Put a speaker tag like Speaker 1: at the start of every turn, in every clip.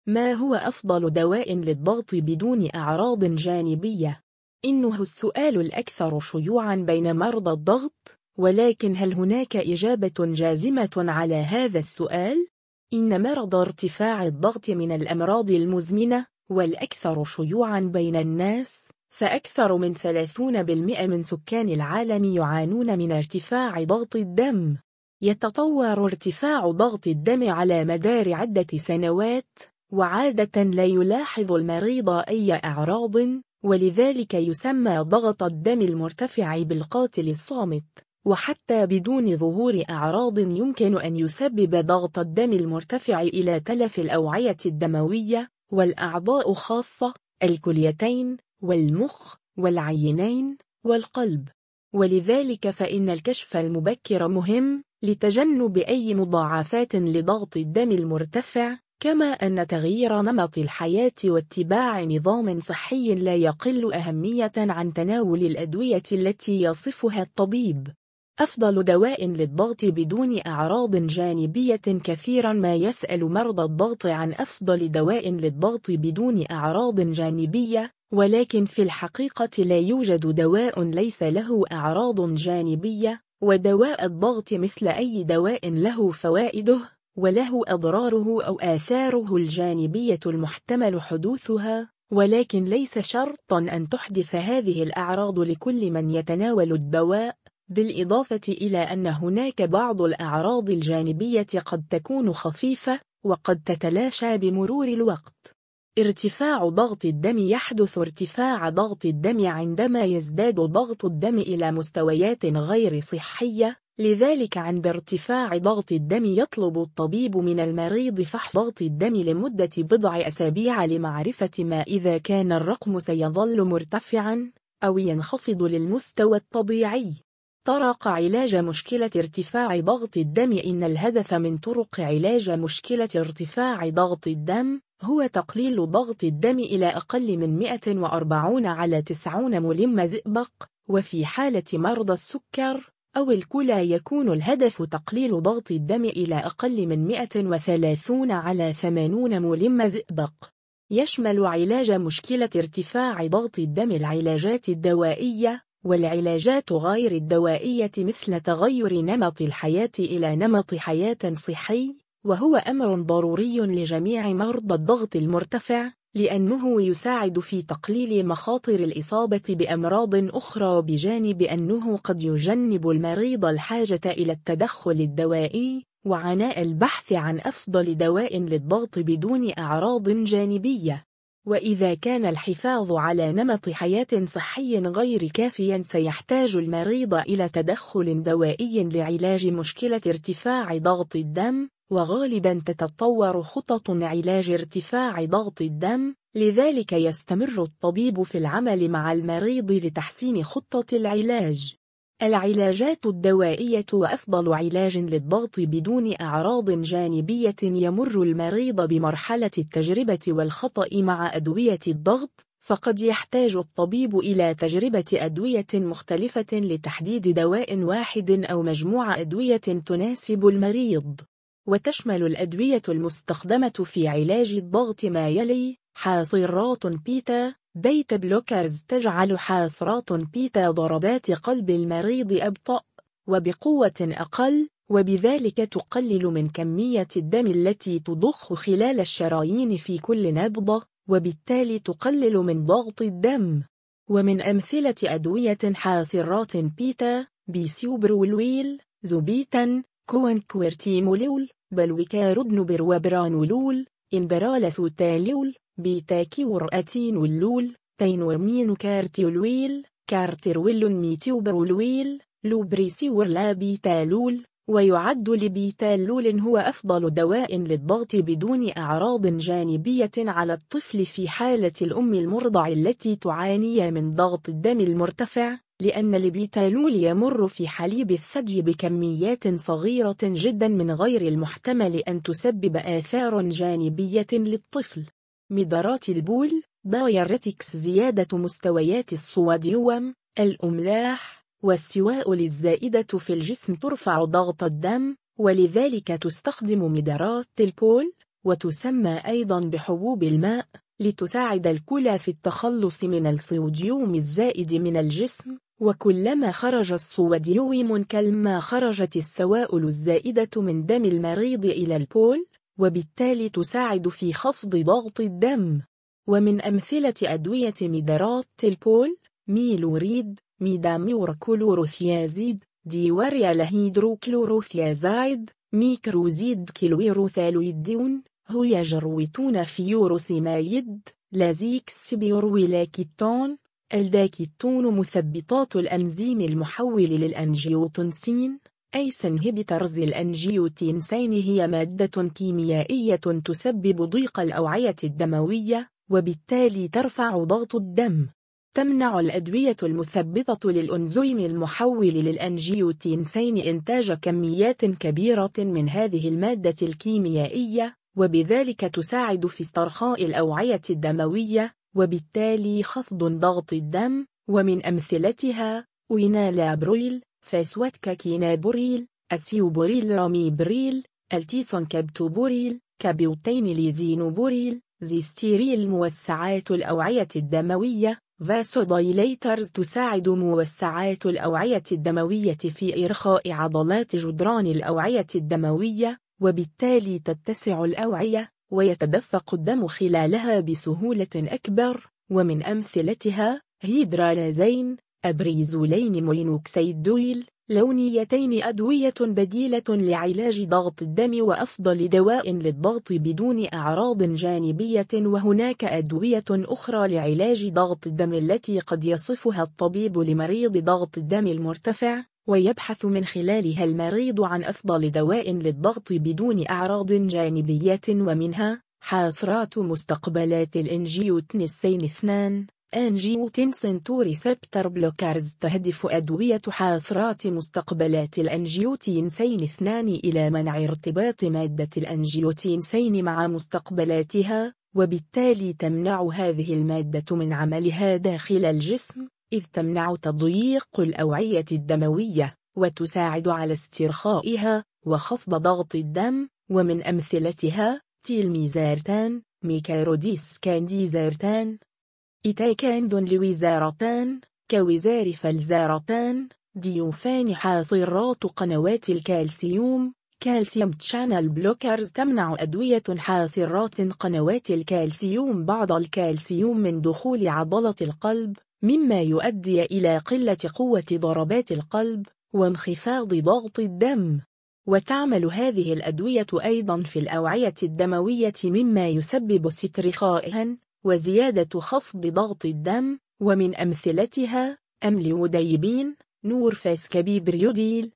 Speaker 1: ما هو أفضل دواء للضغط بدون أعراض جانبية؟ إنه السؤال الأكثر شيوعاً بين مرضى الضغط، ولكن هل هناك إجابة جازمة على هذا السؤال؟ إن مرض ارتفاع الضغط من الأمراض المزمنة والأكثر شيوعاً بين الناس، فأكثر من 30% من سكان العالم يعانون من ارتفاع ضغط الدم. يتطور ارتفاع ضغط الدم على مدار عدة سنوات، وعادة لا يلاحظ المريض أي أعراض، ولذلك يسمى ضغط الدم المرتفع بالقاتل الصامت. وحتى بدون ظهور أعراض يمكن أن يسبب ضغط الدم المرتفع إلى تلف الأوعية الدموية والأعضاء خاصة الكليتين والمخ والعينين والقلب. ولذلك فإن الكشف المبكر مهم لتجنب أي مضاعفات لضغط الدم المرتفع، كما أن تغيير نمط الحياة واتباع نظام صحي لا يقل أهمية عن تناول الأدوية التي يصفها الطبيب. أفضل دواء للضغط بدون أعراض جانبية. كثيرا ما يسأل مرضى الضغط عن أفضل دواء للضغط بدون أعراض جانبية، ولكن في الحقيقة لا يوجد دواء ليس له أعراض جانبية، ودواء الضغط مثل أي دواء له فوائده وله أضراره أو آثاره الجانبية المحتمل حدوثها، ولكن ليس شرطا أن تحدث هذه الأعراض لكل من يتناول الدواء، بالإضافة إلى أن هناك بعض الأعراض الجانبية قد تكون خفيفة وقد تتلاشى بمرور الوقت. ارتفاع ضغط الدم. يحدث ارتفاع ضغط الدم عندما يزداد ضغط الدم إلى مستويات غير صحية، لذلك عند ارتفاع ضغط الدم يطلب الطبيب من المريض فحص ضغط الدم لمدة بضع أسابيع لمعرفة ما إذا كان الرقم سيظل مرتفعا أو ينخفض للمستوى الطبيعي. طرق علاج مشكلة ارتفاع ضغط الدم. إن الهدف من طرق علاج مشكلة ارتفاع ضغط الدم هو تقليل ضغط الدم إلى أقل من 140/90 ملم زئبق، وفي حالة مرضى السكر أو الكلى يكون الهدف تقليل ضغط الدم إلى أقل من 130/80 ملم زئبق. يشمل علاج مشكلة ارتفاع ضغط الدم العلاجات الدوائية والعلاجات غير الدوائية، مثل تغير نمط الحياة إلى نمط حياة صحي، وهو أمر ضروري لجميع مرضى الضغط المرتفع، لأنه يساعد في تقليل مخاطر الإصابة بأمراض أخرى، بجانب أنه قد يجنب المريض الحاجة إلى التدخل الدوائي وعناء البحث عن أفضل دواء للضغط بدون أعراض جانبية. وإذا كان الحفاظ على نمط حياة صحي غير كافيا، سيحتاج المريض إلى تدخل دوائي لعلاج مشكلة ارتفاع ضغط الدم، وغالبا تتطور خطط علاج ارتفاع ضغط الدم، لذلك يستمر الطبيب في العمل مع المريض لتحسين خطة العلاج. العلاجات الدوائية. وأفضل علاج للضغط بدون أعراض جانبية يمر المريض بمرحلة التجربة والخطأ مع أدوية الضغط، فقد يحتاج الطبيب إلى تجربة أدوية مختلفة لتحديد دواء واحد أو مجموعة أدوية تناسب المريض. وتشمل الأدوية المستخدمة في علاج الضغط ما يلي: حاصرات بيتا بيتا بلوكرز تجعل حاصرات بيتا ضربات قلب المريض أبطأ وبقوة أقل، وبذلك تقلل من كمية الدم التي تضخ خلال الشرايين في كل نبضة، وبالتالي تقلل من ضغط الدم. ومن أمثلة أدوية حاصرات بيتا: بيسيوبرولويل، زوبيتان، كوانكويرتيمولول، بلويكاردنوبر وبرانولول، إمبرالاسوتالول، بيتاكيوراتينولول، تينورمينوكارتيولويل، كارتيرولون ميتيوبرولويل، لوبريسيورلابيتالول. ويعد لبيتالول هو أفضل دواء للضغط بدون أعراض جانبية على الطفل في حالة الأم المرضع التي تعاني من ضغط الدم المرتفع، لأن البيتالول يمر في حليب الثدي بكميات صغيرة جدا من غير المحتمل أن تسبب آثار جانبية للطفل. مدرات البول دايرتكس. زيادة مستويات الصوديوم، الأملاح والسوائل الزائدة في الجسم ترفع ضغط الدم، ولذلك تستخدم مدرات البول وتسمى أيضا بحبوب الماء، لتساعد الكلى في التخلص من الصوديوم الزائد من الجسم، وكلما خرج الصوديوم كلما خرجت السوائل الزائدة من دم المريض إلى البول، وبالتالي تساعد في خفض ضغط الدم. ومن أمثلة أدوية مدرات البول: ميلوريد، ميداميوركلوروثيازيد، ديوريالهيدروكلوروثيازايد، ميكروزيد كيلويروثالويدون، هياجرويتون فيوروسيمايد، لازيكسبيرويلاكيتون، الداكيتون، مثبطات الأنزيم المحول للأنجيوتنسين أيس انهبيترز. الأنجيوتنسين هي مادة كيميائية تسبب ضيق الأوعية الدموية، وبالتالي ترفع ضغط الدم. تمنع الأدوية المثبطة للأنزيم المحول للأنجيوتنسين إنتاج كميات كبيرة من هذه المادة الكيميائية، وبذلك تساعد في استرخاء الأوعية الدموية، وبالتالي خفض ضغط الدم. ومن أمثلتها: وينالابرويل، فاسواتكاكينابوريل، أسيوبوريل، راميبريل، التيسونكابتوبوريل، كابيوتينيليزينوبوريل، زيستيريل. موسعات الأوعية الدموية فاسودايليترز، تساعد موسعات الأوعية الدموية في إرخاء عضلات جدران الأوعية الدموية، وبالتالي تتسع الأوعية ويتدفق الدم خلالها بسهولة أكبر. ومن أمثلتها: هيدرالازين، أبريزولين، مونوكسيدويل، لونيتين. أدوية بديلة لعلاج ضغط الدم وأفضل دواء للضغط بدون أعراض جانبية. وهناك أدوية أخرى لعلاج ضغط الدم التي قد يصفها الطبيب لمريض ضغط الدم المرتفع، ويبحث من خلالها المريض عن أفضل دواء للضغط بدون أعراض جانبية، ومنها: حاصرات مستقبلات الإنجيوتنسين 2 أنجيوتنسين 2 ريسبتر بلوكرز. تهدف أدوية حاصرات مستقبلات الأنجيوتنسين 2 إلى منع ارتباط مادة الأنجيوتنسين مع مستقبلاتها، وبالتالي تمنع هذه المادة من عملها داخل الجسم، إذ تمنع تضييق الأوعية الدموية، وتساعد على استرخائها وخفض ضغط الدم. ومن أمثلتها: تيلميزارتان، ميكاروديس كانديزارتان، إيتاكاندون لويزارتان، كوزار فلزارتان، ديوفان. حاصرات قنوات الكالسيوم كالسيوم تشانل بلوكرز، تمنع أدوية حاصرات قنوات الكالسيوم بعض الكالسيوم من دخول عضلة القلب، مما يؤدي إلى قلة قوة ضربات القلب وانخفاض ضغط الدم. وتعمل هذه الأدوية أيضا في الأوعية الدموية، مما يسبب استرخاء وزيادة خفض ضغط الدم. ومن أمثلتها: أمليوديبين، نورفاسكابيبريوديل،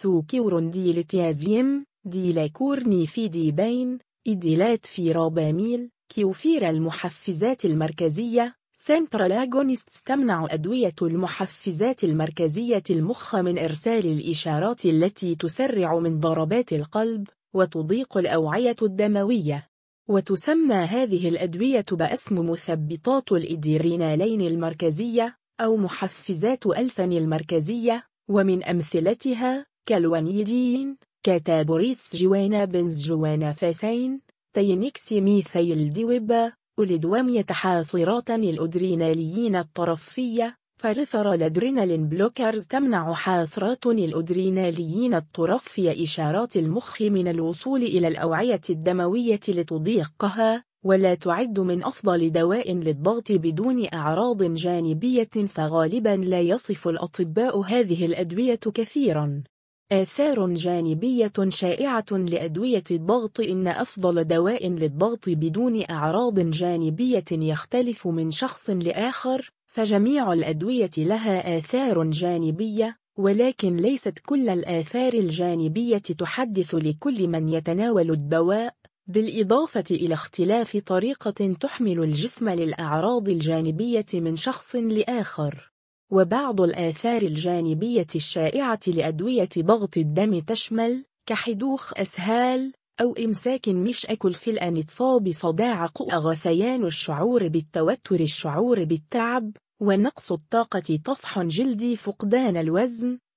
Speaker 1: فاسوكيورنديلتيازيم، ديلاكورنيفيديبين، إديلات فيراباميل، كيوفير. المحفزات المركزية سنترال أجونيستس، تمنع أدوية المحفزات المركزية المخ من إرسال الإشارات التي تسرع من ضربات القلب وتضيق الأوعية الدموية. وتسمى هذه الأدوية باسم مثبطات الإدرينالين المركزية أو محفزات الفن المركزية. ومن أمثلتها: كالوانيدين، كاتابوريس جوانا بنزجوانا فاسين، تينكسي ميثيل ديوبا، أوليدوام. حاصرات الأدريناليين الطرفية فريثرالادرينالين بلوكرز، تمنع حاصرات الأدريناليين الطرفية إشارات المخ من الوصول إلى الأوعية الدموية لتضيقها، ولا تعد من أفضل دواء للضغط بدون أعراض جانبية، فغالبا لا يصف الأطباء هذه الأدوية كثيرا. آثار جانبية شائعة لأدوية الضغط. إن أفضل دواء للضغط بدون أعراض جانبية يختلف من شخص لآخر، فجميع الأدوية لها آثار جانبية، ولكن ليست كل الآثار الجانبية تحدث لكل من يتناول الدواء، بالإضافة إلى اختلاف طريقة تحمل الجسم للأعراض الجانبية من شخص لآخر. وبعض الآثار الجانبية الشائعة لأدوية ضغط الدم تشمل: كحدوخ أسهال أو إمساك مشأكل في الأنتصاب، صداع، غثيان، الشعور بالتوتر، الشعور بالتعب ونقص الطاقة، طفح جلدي، فقدان الوزن،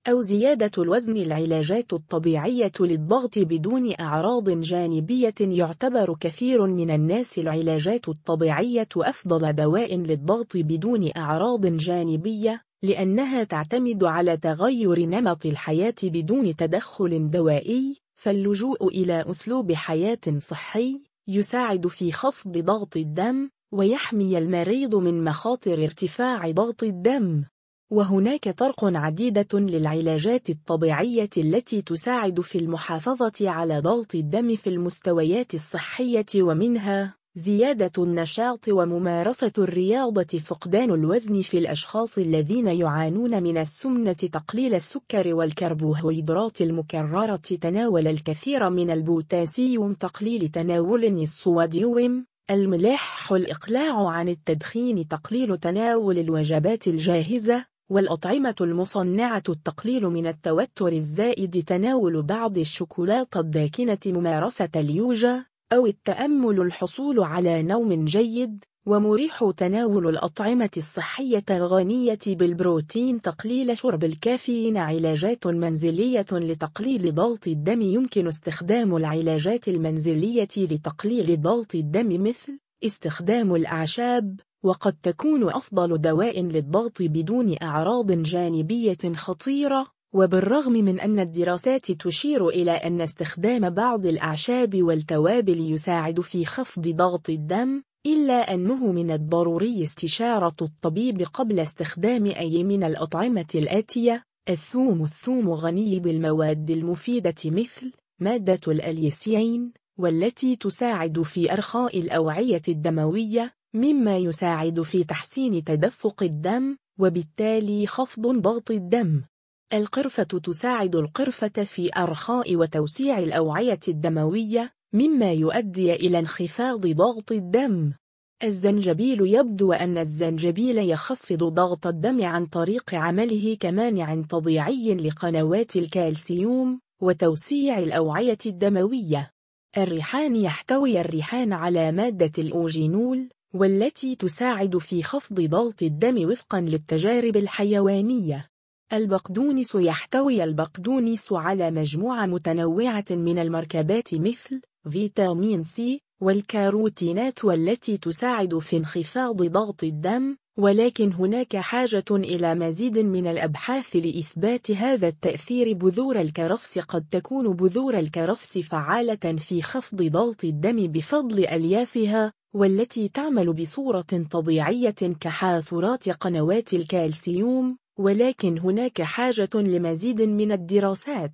Speaker 1: أو زيادة الوزن. العلاجات الطبيعية للضغط بدون أعراض جانبية. يعتبر كثير من الناس العلاجات الطبيعية أفضل دواء للضغط بدون أعراض جانبية، لأنها تعتمد على تغير نمط الحياة بدون تدخل دوائي. فاللجوء إلى أسلوب حياة صحي يساعد في خفض ضغط الدم ويحمي المريض من مخاطر ارتفاع ضغط الدم. وهناك طرق عديدة للعلاجات الطبيعية التي تساعد في المحافظة على ضغط الدم في المستويات الصحية، ومنها زيادة النشاط وممارسة الرياضة، فقدان الوزن في الأشخاص الذين يعانون من السمنة، تقليل السكر والكربوهيدرات المكررة، تناول الكثير من البوتاسيوم، تقليل تناول الصوديوم، الملح، الإقلاع عن التدخين، تقليل تناول الوجبات الجاهزة والأطعمة المصنعة، التقليل من التوتر الزائد، تناول بعض الشوكولاتة الداكنة، ممارسة اليوجا أو التأمل، الحصول على نوم جيد ومريح، تناول الأطعمة الصحية الغنية بالبروتين، تقليل شرب الكافيين. علاجات منزلية لتقليل ضغط الدم. يمكن استخدام العلاجات المنزلية لتقليل ضغط الدم مثل استخدام الأعشاب، وقد تكون أفضل دواء للضغط بدون أعراض جانبية خطيرة. وبالرغم من أن الدراسات تشير إلى أن استخدام بعض الأعشاب والتوابل يساعد في خفض ضغط الدم، إلا أنه من الضروري استشارة الطبيب قبل استخدام أي من الأطعمة الآتية: الثوم. الثوم غني بالمواد المفيدة مثل مادة الأليسين، والتي تساعد في إرخاء الأوعية الدموية، مما يساعد في تحسين تدفق الدم وبالتالي خفض ضغط الدم. القرفة. تساعد القرفة في إرخاء وتوسيع الأوعية الدموية، مما يؤدي إلى انخفاض ضغط الدم. الزنجبيل. يبدو أن الزنجبيل يخفض ضغط الدم عن طريق عمله كمانع طبيعي لقنوات الكالسيوم وتوسيع الأوعية الدموية. الريحان. يحتوي الريحان على مادة الأوجينول، والتي تساعد في خفض ضغط الدم وفقا للتجارب الحيوانية. البقدونس. يحتوي البقدونس على مجموعة متنوعة من المركبات مثل فيتامين سي والكاروتينات، والتي تساعد في انخفاض ضغط الدم، ولكن هناك حاجة إلى مزيد من الأبحاث لإثبات هذا التأثير. بذور الكرفس. قد تكون بذور الكرفس فعالة في خفض ضغط الدم بفضل أليافها، والتي تعمل بصورة طبيعية كحاصرات قنوات الكالسيوم، ولكن هناك حاجة لمزيد من الدراسات.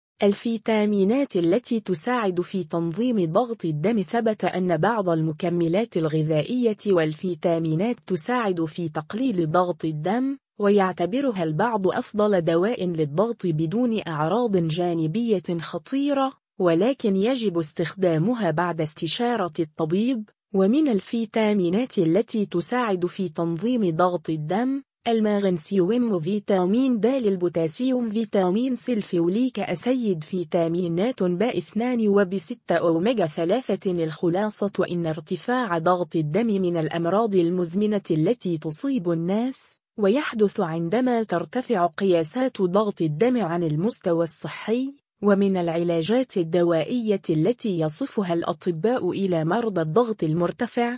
Speaker 1: الفيتامينات التي تساعد في تنظيم ضغط الدم. ثبت أن بعض المكملات الغذائية والفيتامينات تساعد في تقليل ضغط الدم، ويعتبرها البعض أفضل دواء للضغط بدون أعراض جانبية خطيرة، ولكن يجب استخدامها بعد استشارة الطبيب. ومن الفيتامينات التي تساعد في تنظيم ضغط الدم: المغنيسيوم وفيتامين د، البوتاسيوم، فيتامين سي، الفوليك أسيد، فيتامينات B2 وB6، أوميجا 3. الخلاصة: إن ارتفاع ضغط الدم من الأمراض المزمنة التي تصيب الناس، ويحدث عندما ترتفع قياسات ضغط الدم عن المستوى الصحي. ومن العلاجات الدوائية التي يصفها الأطباء إلى مرضى الضغط المرتفع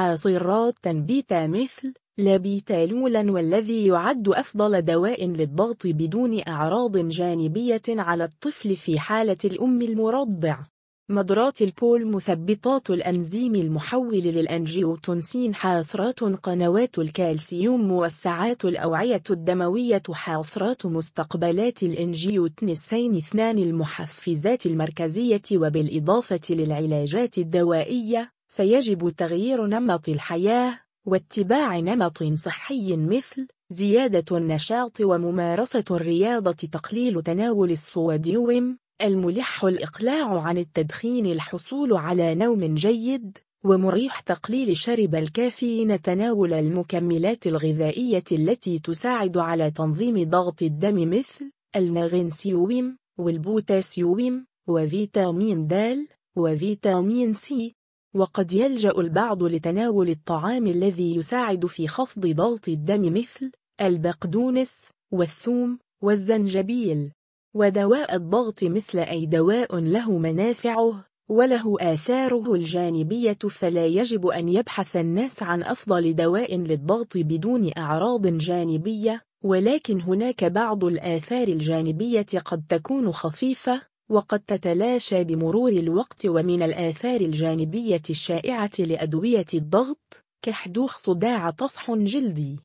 Speaker 1: حاصرات بيتا مثل لابيتالولا، والذي يعد أفضل دواء للضغط بدون أعراض جانبية على الطفل في حالة الأم المرضع. مضرات البول. مثبطات الأنزيم المحول للأنجيوتنسين، حاصرات قنوات الكالسيوم، موسعات الأوعية الدموية، حاصرات مستقبلات الأنجيوتنسين 2، المحفزات المركزية. وبالإضافة للعلاجات الدوائية، فيجب تغيير نمط الحياة واتباع نمط صحي مثل زيادة النشاط وممارسة الرياضة، تقليل تناول الصوديوم، الملح، الإقلاع عن التدخين، الحصول على نوم جيد ومريح، تقليل شرب الكافيين، تناول المكملات الغذائية التي تساعد على تنظيم ضغط الدم مثل المغنيسيوم والبوتاسيوم وفيتامين د وفيتامين سي. وقد يلجأ البعض لتناول الطعام الذي يساعد في خفض ضغط الدم مثل البقدونس والثوم والزنجبيل. ودواء الضغط مثل أي دواء له منافعه وله آثاره الجانبية، فلا يجب أن يبحث الناس عن أفضل دواء للضغط بدون أعراض جانبية، ولكن هناك بعض الآثار الجانبية قد تكون خفيفة وقد تتلاشى بمرور الوقت. ومن الآثار الجانبية الشائعة لأدوية الضغط كحدوث صداع طفح جلدي.